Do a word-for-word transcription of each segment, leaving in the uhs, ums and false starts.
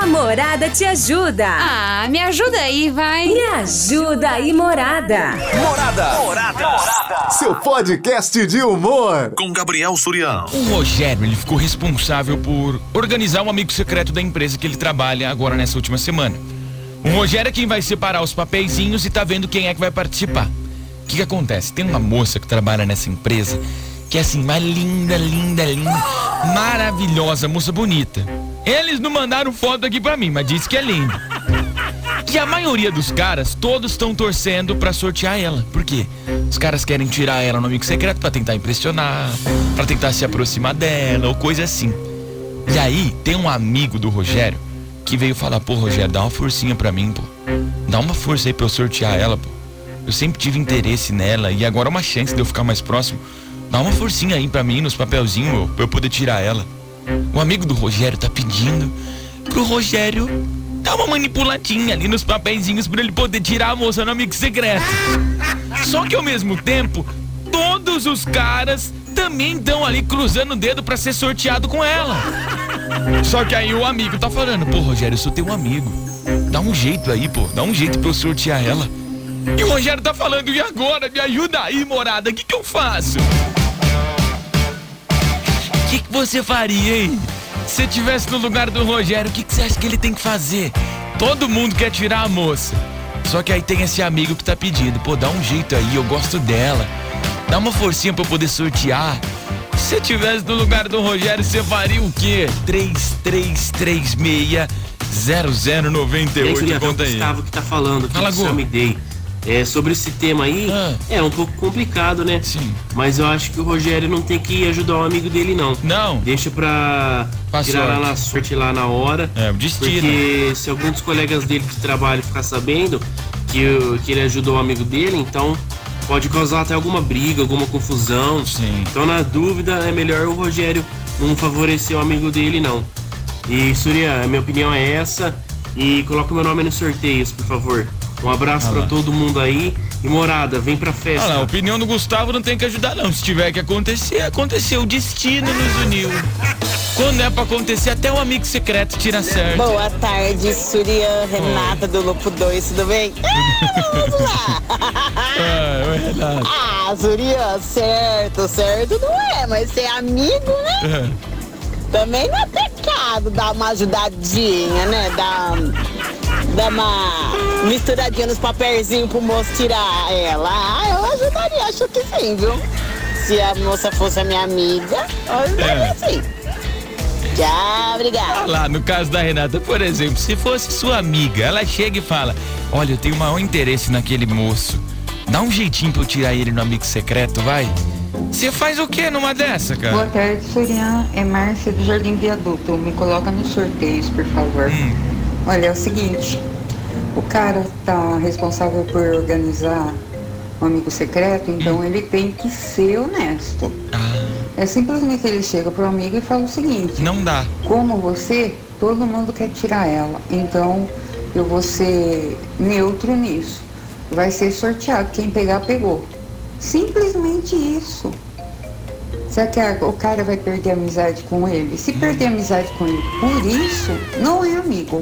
Morada te ajuda. Ah, me ajuda aí, vai. Me ajuda aí, Morada. Morada. Morada. Morada. Seu podcast de humor. Com Gabriel Surião. O Rogério, ele ficou responsável por organizar um amigo secreto da empresa que ele trabalha agora nessa última semana. O Rogério é quem vai separar os papeizinhos e tá vendo quem é que vai participar. O que que acontece? Tem uma moça que trabalha nessa empresa que é assim, mais linda, linda, linda, maravilhosa, moça bonita. Eles não mandaram foto aqui pra mim, mas disse que é lindo. E a maioria dos caras, todos estão torcendo pra sortear ela. Por quê? Os caras querem tirar ela no amigo secreto pra tentar impressionar, pra tentar se aproximar dela, ou coisa assim. E aí, tem um amigo do Rogério que veio falar, pô, Rogério, dá uma forcinha pra mim, pô. Dá uma força aí pra eu sortear ela, pô. Eu sempre tive interesse nela e agora é uma chance de eu ficar mais próximo. Dá uma forcinha aí pra mim nos papelzinhos pra eu poder tirar ela. O amigo do Rogério tá pedindo pro Rogério dar uma manipuladinha ali nos papelzinhos pra ele poder tirar a moça no amigo secreto. Só que ao mesmo tempo, todos os caras também estão ali cruzando o dedo pra ser sorteado com ela. Só que aí o amigo tá falando, pô, Rogério, eu sou teu amigo. Dá um jeito aí, pô, dá um jeito pra eu sortear ela. E o Rogério tá falando, e agora? Me ajuda aí, Morada, o que que eu faço? O que que você faria, hein? Se você estivesse no lugar do Rogério, o que que você acha que ele tem que fazer? Todo mundo quer tirar a moça. Só que aí tem esse amigo que tá pedindo, pô, dá um jeito aí, eu gosto dela. Dá uma forcinha pra eu poder sortear. Se você estivesse no lugar do Rogério, você faria o quê? três três três seis zero zero nove oito, conta aí. Gustavo que tá falando, Fala, que eu me dei. É, sobre esse tema aí, ah. é um pouco complicado, né? Sim. Mas eu acho que o Rogério não tem que ajudar o amigo dele, não. Não. Deixa pra Passou. tirar lá na sorte lá na hora. É, o destino. Porque se algum dos colegas dele de trabalho ficar sabendo que, que ele ajudou o amigo dele, então pode causar até alguma briga, alguma confusão. Sim. Então, na dúvida, é melhor o Rogério não favorecer o amigo dele, não. E, Surya, a minha opinião é essa. E coloca o meu nome nos sorteios, por favor. Um abraço ah pra todo mundo aí. E Morada, vem pra festa. Ah lá, a opinião do Gustavo não tem que ajudar não. Se tiver que acontecer, aconteceu. O destino nos uniu. Quando é pra acontecer, até o amigo secreto tira certo. Boa tarde, Surya, Renata do Lupo dois, tudo bem? Ah, vamos lá. Ah, é verdade. Ah, Surya, certo, certo não é, mas ser amigo, né? É. Também não é pecado dar uma ajudadinha, né? Dar, dar uma misturadinha nos papelzinhos pro moço tirar ela. Ah, eu ajudaria, acho que sim, viu? Se a moça fosse a minha amiga, eu ajudaria É. sim. Tchau, obrigada. Ah lá, no caso da Renata, por exemplo, se fosse sua amiga, ela chega e fala, olha, eu tenho o maior interesse naquele moço. Dá um jeitinho pra eu tirar ele no amigo secreto, vai? Você faz o que numa dessa, cara? Boa tarde, Surian. É Márcia do Jardim Viaduto. Me coloca nos sorteios, por favor. Hum. Olha, é o seguinte. O cara tá responsável por organizar um amigo secreto, então hum. ele tem que ser honesto. Ah. É simplesmente ele chega pro amigo e fala o seguinte. Não dá. Como você, todo mundo quer tirar ela. Então, eu vou ser neutro nisso. Vai ser sorteado. Quem pegar, pegou. Simplesmente isso. Será que a, o cara vai perder a amizade com ele? Se perder a amizade com ele por isso, não é amigo.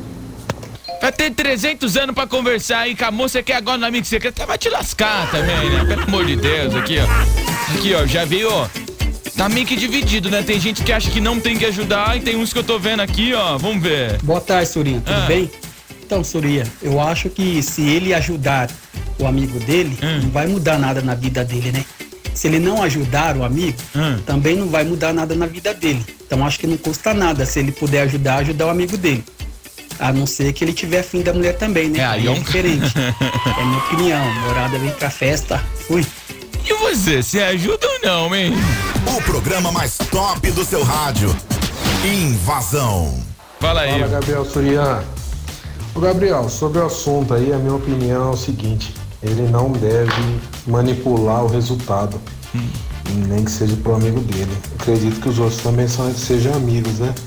Vai ter trezentos anos pra conversar aí com a moça que é agora no amigo secreto. Vai te lascar também, né? Pelo amor de Deus, aqui, ó. Aqui, ó, já veio, ó. Tá meio que dividido, né? Tem gente que acha que não tem que ajudar e tem uns que eu tô vendo aqui, ó. Vamos ver. Boa tarde, Surinho. Tudo ah. bem? Então, Surya, eu acho que se ele ajudar o amigo dele, hum. não vai mudar nada na vida dele, né? Se ele não ajudar o amigo, hum. também não vai mudar nada na vida dele. Então acho que não custa nada se ele puder ajudar, ajudar o amigo dele. A não ser que ele tiver afim da mulher também, né? É, aí é, um... é diferente. É minha opinião. Morada vem pra festa. Fui. E você, você ajuda ou não, hein? O programa mais top do seu rádio. Invasão. Fala aí. Fala, Gabriel Surian. Ô, Gabriel, sobre o assunto aí, a minha opinião é o seguinte. Ele não deve manipular o resultado. Hum. Nem que seja pro amigo dele. Acredito que os outros também são que sejam amigos, né?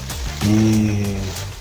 E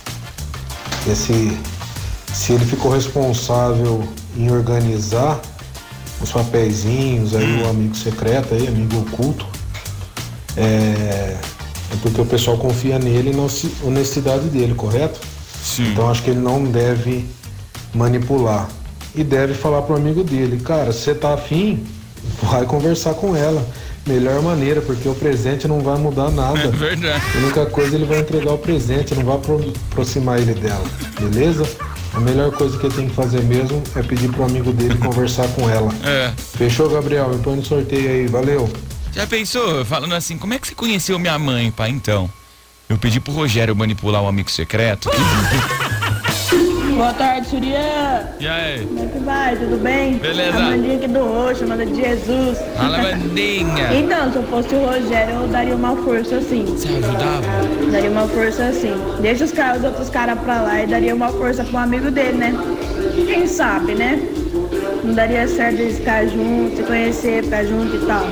esse, se ele ficou responsável em organizar os papeizinhos aí, hum. o amigo secreto aí, amigo oculto, é, é porque o pessoal confia nele e na honestidade dele, correto? Sim. Então acho que ele não deve manipular. E deve falar pro amigo dele, cara, se você tá afim, vai conversar com ela. Melhor maneira, porque o presente não vai mudar nada. É verdade. A única coisa, ele vai entregar o presente, não vai pro, aproximar ele dela, beleza? A melhor coisa que ele tem que fazer mesmo é pedir pro amigo dele conversar com ela. É. Fechou, Gabriel? Me põe no sorteio aí, valeu. Já pensou, falando assim, como é que você conheceu minha mãe, pai? Então, eu pedi pro Rogério manipular o amigo secreto. Boa tarde, Surya. E aí? Como é que vai? Tudo bem? Beleza. A Mandinha aqui do Roxo, manda de Jesus. Fala, Mandinha. Então, se eu fosse o Rogério, eu daria uma força assim. Você ajudava? Daria uma força assim. Deixa os, caras, os outros caras pra lá e daria uma força pro amigo dele, né? Quem sabe, né? Não daria certo eles ficar juntos, se conhecer, ficar junto e tal.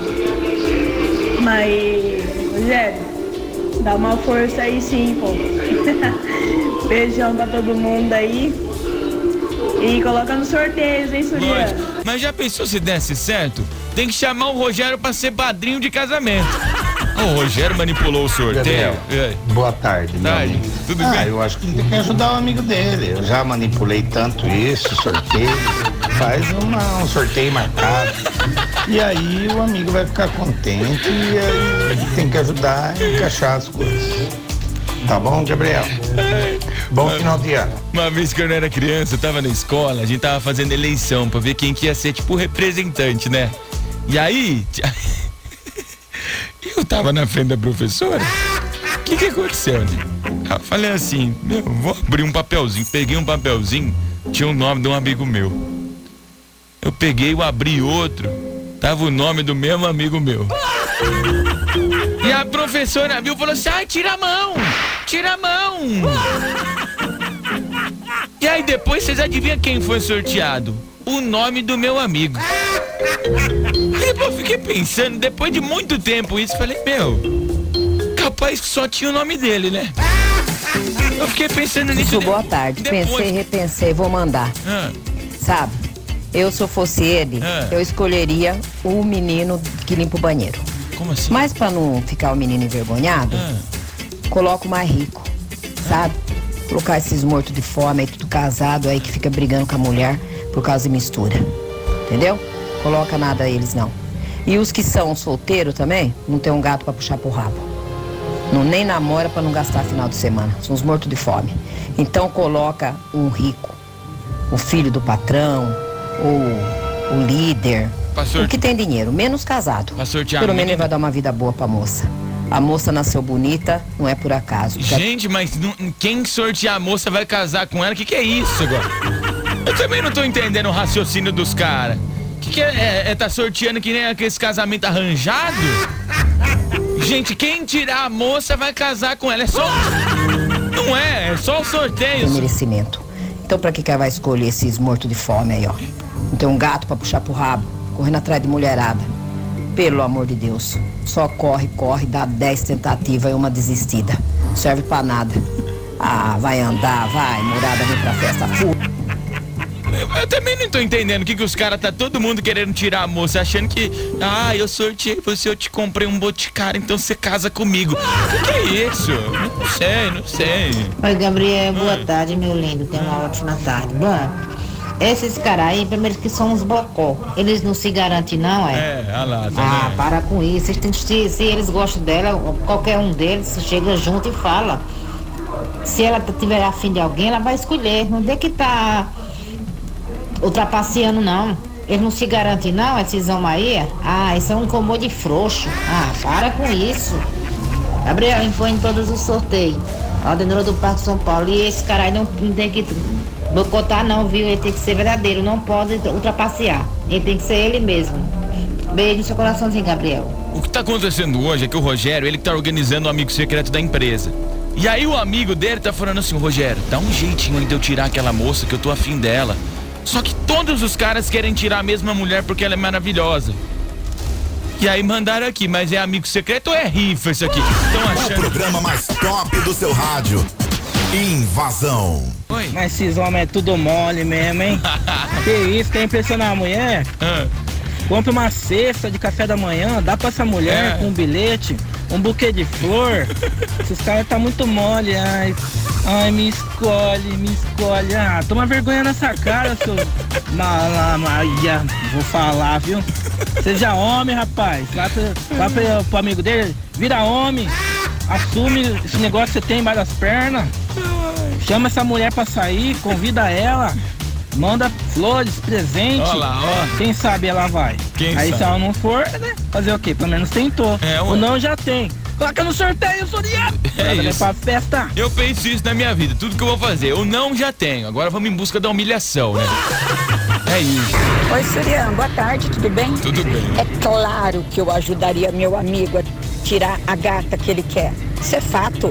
Mas, Rogério, dá uma força aí sim, pô. Beijão pra todo mundo aí. E coloca nos sorteios, hein, Surya? Mas já pensou se desse certo? Tem que chamar o Rogério pra ser padrinho de casamento. O Rogério manipulou o sorteio. Gabriel, boa tarde, meu tarde. amigo. Tudo ah, bem? Eu acho que ele tem que ajudar o amigo dele. Eu já manipulei tanto isso, sorteio. Faz uma, um sorteio marcado. E aí o amigo vai ficar contente e aí tem que ajudar a encaixar as coisas. Tá bom, Gabriel? Bom final de ano. Uma vez que eu não era criança, eu tava na escola, a gente tava fazendo eleição pra ver quem que ia ser, tipo, o representante, né? E aí, eu tava na frente da professora, o que que aconteceu, né? Eu falei assim, meu, vou abrir um papelzinho, peguei um papelzinho, tinha o nome de um amigo meu. Eu peguei, eu abri outro, tava o nome do mesmo amigo meu. E a professora viu e falou assim, ai, tira a mão, tira a mão. E aí depois vocês adivinham quem foi sorteado? O nome do meu amigo. E depois eu fiquei pensando, depois de muito tempo isso, falei, meu, capaz que só tinha o nome dele, né? Eu fiquei pensando nisso. Isso, boa tarde. Depois. Pensei, repensei, vou mandar. Ah. Sabe, eu se eu fosse ele, Ah. eu escolheria o menino que limpa o banheiro. Como assim? Mas pra não ficar o menino envergonhado, Ah. coloca o mais rico, sabe? Colocar esses mortos de fome aí, tudo casado aí, que fica brigando com a mulher por causa de mistura. Entendeu? Coloca nada a eles, não. E os que são solteiros também, não tem um gato pra puxar pro rabo. Não nem namora pra não gastar final de semana. São os mortos de fome. Então coloca um rico, o filho do patrão, ou o líder, o que tem dinheiro, menos casado. Pra sortear Pelo a menos ele menina. vai dar uma vida boa pra moça. A moça nasceu bonita, não é por acaso. porque a- Gente, mas não- quem sortear a moça vai casar com ela? O que, que é isso agora? Eu também não tô entendendo o raciocínio dos caras. O que, que é, é? É tá sorteando que nem aquele casamento arranjado? Gente, quem tirar a moça vai casar com ela. É só. Não é, é só o sorteio. Tem merecimento. Então pra que que ela vai escolher esses mortos de fome aí, ó? Não tem um gato pra puxar pro rabo, correndo atrás de mulherada. Pelo amor de Deus. Só corre, corre, dá dez tentativas e uma desistida. Serve pra nada. Ah, vai andar, vai, morada, vem pra festa, fu. Eu, eu também não tô entendendo o que, que os caras tá todo mundo querendo tirar a moça, achando que, ah, eu sorteei você, eu te comprei um boticário, então você casa comigo. O que, que é isso? Não sei, não sei. Oi, Gabriel, boa tarde, meu lindo. Tenha uma ótima tarde. Bom, esses caras aí, primeiro que são uns bocó. Eles não se garantem, não, é? É, olha lá, tá Ah, vendo? para com isso. Eles têm que, se, se eles gostam dela, qualquer um deles chega junto e fala. Se ela tiver afim de alguém, ela vai escolher. Não tem que tá ultrapasseando, não. Eles não se garantem, não, esses homens aí. Ah, isso é um comor de frouxo. Ah, para com isso. Gabriel, impõe em todos os sorteios. Ordenador do Parque São Paulo. E esse cara aí não, não tem que boicotar, não, viu? Ele tem que ser verdadeiro, não pode ultrapassear. Ele tem que ser ele mesmo. Beijo no seu coraçãozinho, Gabriel. O que tá acontecendo hoje é que o Rogério, ele que tá organizando o amigo secreto da empresa. E aí o amigo dele tá falando assim, Rogério, dá um jeitinho aí de eu tirar aquela moça que eu tô afim dela. Só que todos os caras querem tirar a mesma mulher porque ela é maravilhosa. E aí mandaram aqui, mas é amigo secreto ou é rifa isso aqui? Estão achando... O programa mais top do seu rádio. Invasão. Oi. Mas esses homens é tudo mole mesmo, hein? Que isso, quer impressionar a mulher? Ah. compra uma cesta de café da manhã, dá pra essa mulher É. com um bilhete, um buquê de flor. Esses caras tá muito mole, ai. Ai, me escolhe, me escolhe. Ah, toma vergonha nessa cara, seu malamaia. Vou falar, viu? Seja homem, rapaz. Vai, pra, vai pra, pro amigo dele, vira homem. Assume esse negócio que você tem embaixo das pernas. Chama essa mulher pra sair, convida ela. Manda flores, presente. Ó lá, ó. Quem sabe ela vai. Quem Aí sabe? se ela não for, né? Fazer o quê? Pelo menos tentou. É, ué. Ou não, já tem. Coloca no sorteio, Soria! É isso. Pra festa. Eu penso isso na minha vida, tudo que eu vou fazer. Eu não já tenho, agora vamos em busca da humilhação, né? É isso. Oi, Surian, boa tarde, tudo bem? Tudo bem. É claro que eu ajudaria meu amigo a tirar a gata que ele quer. Isso é fato.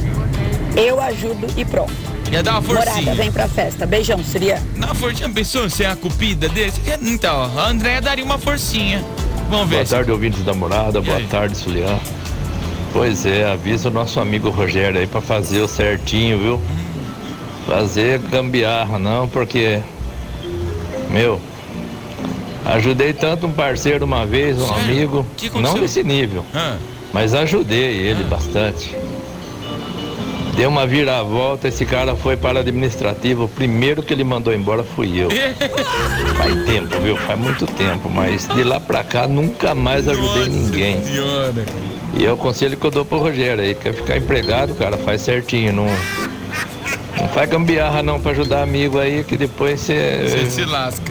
Eu ajudo e pronto. Ia dar uma forcinha. Morada, vem pra festa. Beijão, Surian. Dá uma forcinha, pensou ser a cupida desse? Então, a Andréia daria uma forcinha. Vamos ver. Boa tarde, ouvintes da morada. Boa tarde, Sulian. Pois é, avisa o nosso amigo Rogério aí pra fazer o certinho, viu? Fazer gambiarra, não, porque... Meu, ajudei tanto um parceiro uma vez, um Sério? amigo, Que aconteceu? não desse nível, Ah. mas ajudei ele Ah. bastante. Deu uma viravolta, esse cara foi para administrativo, o primeiro que ele mandou embora fui eu. Faz tempo, viu? Faz muito tempo, mas de lá pra cá nunca mais ajudei ninguém. Senhora. E é o conselho que eu dou pro Rogério aí, quer ficar empregado, cara, faz certinho, não, não faz gambiarra não pra ajudar amigo aí, que depois você Você se lasca.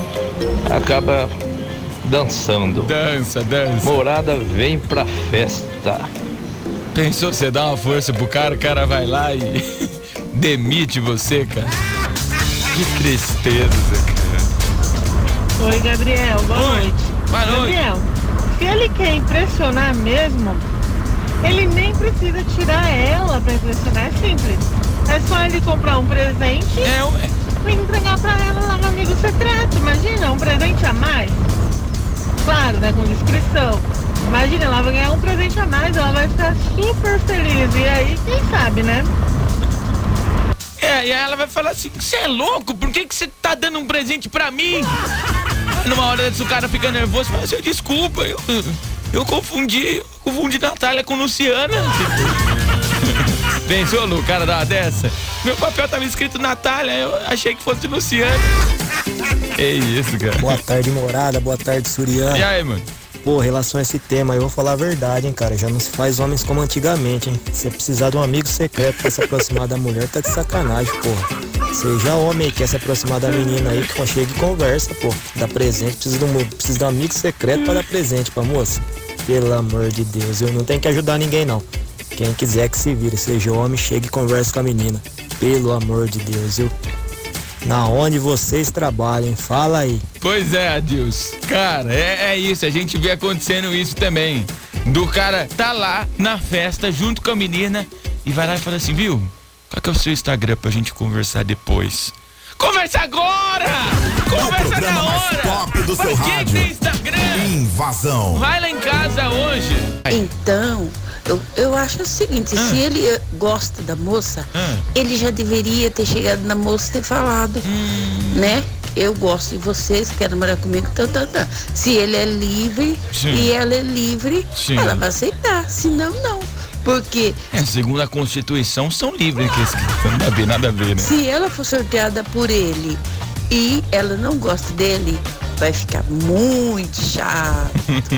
acaba dançando. Dança, dança. Morada vem pra festa. Pensou você dar uma força pro cara, o cara vai lá e demite você, cara. Que tristeza, cara. Oi, Gabriel, boa Oi. noite. Boa noite. Gabriel, se ele quer impressionar mesmo, ele nem precisa tirar ela pra impressionar, é simples. É só ele comprar um presente é, ué. e entregar pra ela lá no amigo secreto. Imagina, um presente a mais. Claro, né, com descrição. Imagina, ela vai ganhar um presente a mais, ela vai ficar super feliz. E aí, quem sabe, né? É, e aí ela vai falar assim, você é louco? Por que que você tá dando um presente pra mim? Numa hora dessa o cara fica nervoso, fala assim, desculpa, eu, eu confundi, eu confundi Natália com Luciana. Pensou, Lu, o cara da dessa? Meu papel tava escrito Natália, eu achei que fosse Luciana. É isso, cara. Boa tarde, morada, boa tarde, Surian. E aí, mano? Pô, em relação a esse tema, eu vou falar a verdade, hein, cara. Já não se faz homens como antigamente, hein. Se você precisar de um amigo secreto pra se aproximar da mulher, tá de sacanagem, porra. Seja homem que quer se aproximar da menina aí, que chega e conversa, pô. Dá presente, precisa de um, precisa de um amigo secreto pra dar presente pra moça. Pelo amor de Deus, eu não tenho que ajudar ninguém, não. Quem quiser que se vire, seja homem, chega e conversa com a menina. Pelo amor de Deus, eu... Na onde vocês trabalham, fala aí. Pois é, Adilson. Cara, é, é isso, a gente vê acontecendo isso também. Do cara tá lá na festa junto com a menina e vai lá e fala assim, viu? Qual que é o seu Instagram pra gente conversar depois? Conversa agora! Conversa na hora! Top do seu Mas quem rádio. tem Instagram? Invasão. Vai lá em casa hoje. Então, eu, eu acho o seguinte, Ah. se ele eh, gosta da moça, Ah. ele já deveria ter chegado na moça e ter falado, Hum. né? Eu gosto de vocês, quer namorar comigo, tá, tá, tá. Se ele é livre Sim. e ela é livre, Sim. ela vai aceitar, senão não. Porque É, segundo a Constituição, são livres que esse não dá ver, nada a ver, né? se ela for sorteada por ele e ela não gosta dele, vai ficar muito chato.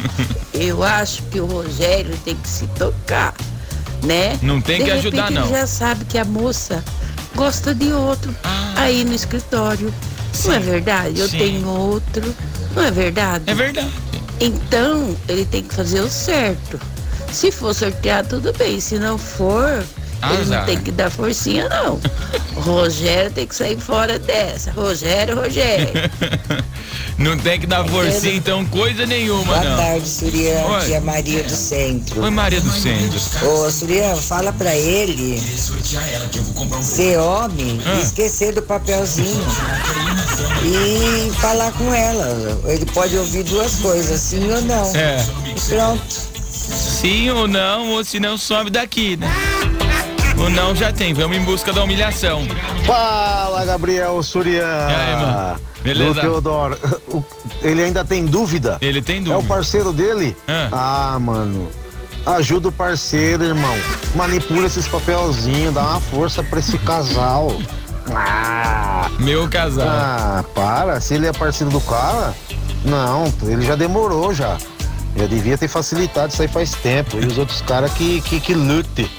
Eu acho que o Rogério tem que se tocar, né? Não tem De que repente, ajudar, não. Ele já sabe que a moça gosta de outro aí no escritório. Não é verdade? Eu Ah. sim. tenho outro. Não é verdade? É verdade. Então, ele tem que fazer o certo. Se for sorteado, tudo bem. Se não for, ele Azar. não tem que dar forcinha, não. O Rogério tem que sair fora dessa. Rogério, Rogério. Não tem que dar forcinha, então, coisa nenhuma, Boa não. tarde, Surian. Oi. Aqui é Maria do Centro. Oi, Maria do Centro. Ô, Surian, fala pra ele ser homem Ah. e esquecer do papelzinho e falar com ela. Ele pode ouvir duas coisas, sim ou não. É. E pronto. Sim ou não, ou se não, sobe daqui, né? O não já tem, vamos em busca da humilhação. Fala, Gabriel Surian. E aí, mano? Beleza? Do Teodoro. Ele ainda tem dúvida? Ele tem dúvida. É o parceiro dele? Ah, ah mano. Ajuda o parceiro, irmão. Manipula esses papelzinhos, dá uma força pra esse casal. Ah. Meu casal. Ah, para. Se ele é parceiro do cara, não, ele já demorou já. Já devia ter facilitado isso aí faz tempo. E os outros caras que, que, que lute.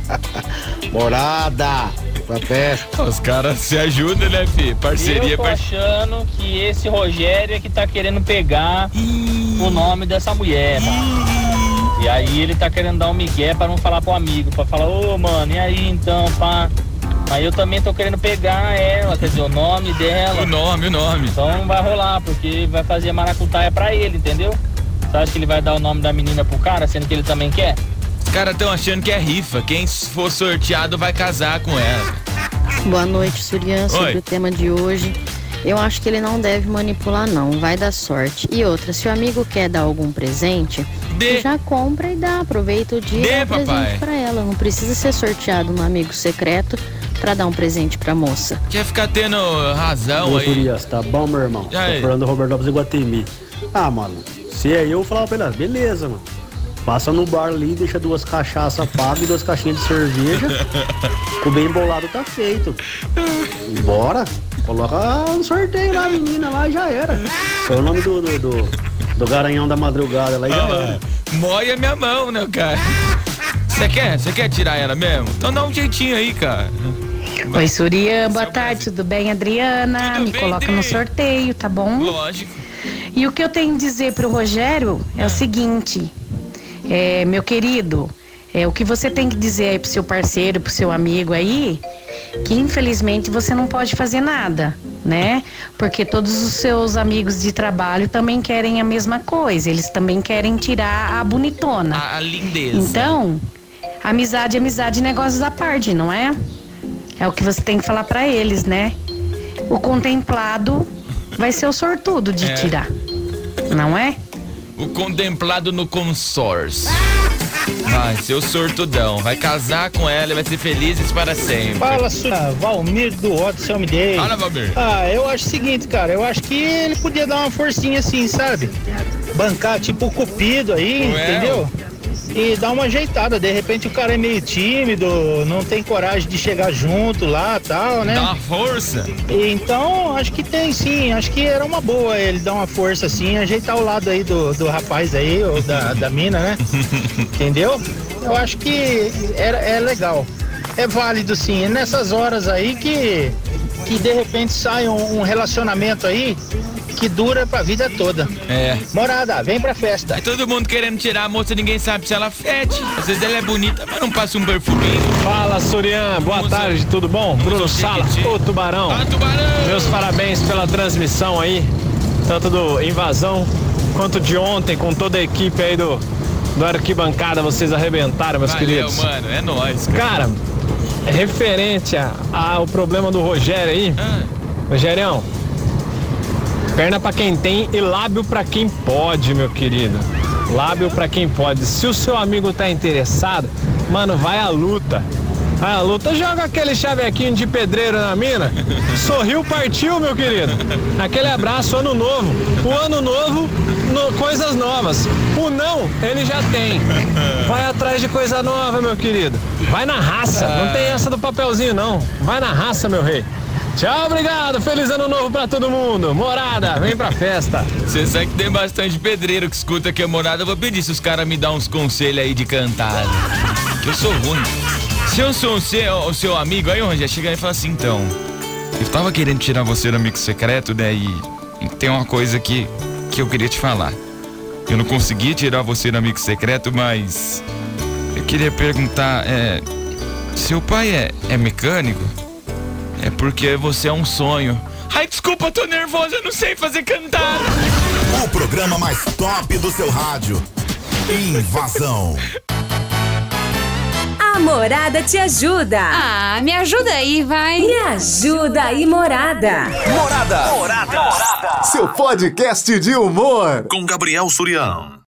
Morada, pra festa. Os caras se ajudam, né, fi? Parceria. Eu tô achando que esse Rogério é que tá querendo pegar o nome dessa mulher, mano. E aí ele tá querendo dar um migué pra não falar pro amigo, pra falar, ô, mano, e aí então, pá. Aí eu também tô querendo pegar ela, quer dizer, o nome dela. O nome, o nome. Então não vai rolar, porque vai fazer maracutaia pra ele, entendeu? Você acha que ele vai dar o nome da menina pro cara, sendo que ele também quer? Os caras estão achando que é rifa. Quem for sorteado vai casar com ela. Boa noite, Surian. Sobre Oi. o tema de hoje, eu acho que ele não deve manipular, não. Vai dar sorte. E outra, se o amigo quer dar algum presente, Dê. já compra e dá. Aproveita o dia Dê, e dá papai. presente pra ela. Não precisa ser sorteado um amigo secreto pra dar um presente pra moça. Quer ficar tendo razão Ô, aí? Turias, tá bom, meu irmão? E aí? Tô falando do Roberto Iguatemi. Ah, mano, se é eu, eu falava pra ele, beleza, mano. Passa no bar ali, deixa duas cachaças pagas e duas caixinhas de cerveja. O bem bolado tá feito. Bora. Coloca um sorteio lá, menina, lá e já era. Foi o nome do, do, do, do Garanhão da Madrugada lá e já era. Moia minha mão, né, cara? Você quer? Você quer tirar ela mesmo? Então dá um jeitinho aí, cara. Oi, Surian, boa tarde, tudo bem, Adriana? Me coloca no sorteio, tá bom? Lógico. E o que eu tenho a dizer pro Rogério é o seguinte, é, meu querido, é, o que você tem que dizer aí pro seu parceiro, pro seu amigo aí, que infelizmente você não pode fazer nada, né? Porque todos os seus amigos de trabalho também querem a mesma coisa, eles também querem tirar a bonitona. A, a lindeza. Então, amizade, amizade, negócios à parte, não é? É o que você tem que falar pra eles, né? O contemplado vai ser o sortudo de É. tirar, não é? O contemplado no consórcio. Vai ser o sortudão. Vai casar com ela e vai ser felizes para sempre. Fala, Surian. Valmir do Odyssey Me Day. Fala, Valmir. Ah, eu acho o seguinte, cara. Eu acho que ele podia dar uma forcinha assim, sabe? Bancar tipo o Cupido aí, Ué, entendeu? E dar uma ajeitada. De repente o cara é meio tímido, não tem coragem de chegar junto lá e tal, né? Dá uma força. E então, acho que tem sim. Acho que era uma boa ele dar uma força assim, ajeitar o lado aí do, do rapaz aí, ou da, da mina, né? Entendeu? Eu acho que era, é legal. É válido sim. É nessas horas aí que, que de repente sai um, um relacionamento aí que dura pra vida toda. É. Morada, vem pra festa. Aí todo mundo querendo tirar a moça, ninguém sabe se ela fede. Às vezes ela é bonita, mas não passa um perfuminho. Fala, Surian, boa Vamos tarde, tudo bom? Bruno Sala, ô Tubarão. Ah, Tubarão. Meus parabéns pela transmissão aí, tanto do Invasão quanto de ontem, com toda a equipe aí do, do Arquibancada, vocês arrebentaram, meus Valeu, queridos. mano, é nóis. Cara, referente a- ao problema do Rogério aí, Ah. Rogérião, perna pra quem tem e lábio pra quem pode, meu querido. Lábio pra quem pode. Se o seu amigo tá interessado, mano, vai à luta. Vai à luta, joga aquele chavequinho de pedreiro na mina. Sorriu, partiu, meu querido. Aquele abraço, ano novo. O ano novo, no- coisas novas. O não, ele já tem. Vai atrás de coisa nova, meu querido. Vai na raça, não tem essa do papelzinho, não. Vai na raça, meu rei. Tchau, obrigado. Feliz ano novo pra todo mundo. Morada, vem pra festa. Você sabe que tem bastante pedreiro que escuta aqui a Morada. Eu vou pedir se os caras me dão uns conselhos aí de cantada. Que eu sou ruim. Se eu sou o seu, o seu amigo, aí onde chega aí e fala assim, então, eu tava querendo tirar você do amigo secreto, né? E, e tem uma coisa que, que eu queria te falar. Eu não consegui tirar você do amigo secreto, mas eu queria perguntar, é, seu pai é, é mecânico? É porque você é um sonho. Ai, desculpa, tô nervoso, eu não sei fazer cantar. O programa mais top do seu rádio. Invasão. A Morada te ajuda. Ah, me ajuda aí, vai. Me ajuda aí, Morada. Morada. Seu podcast de humor. Com Gabriel Surian.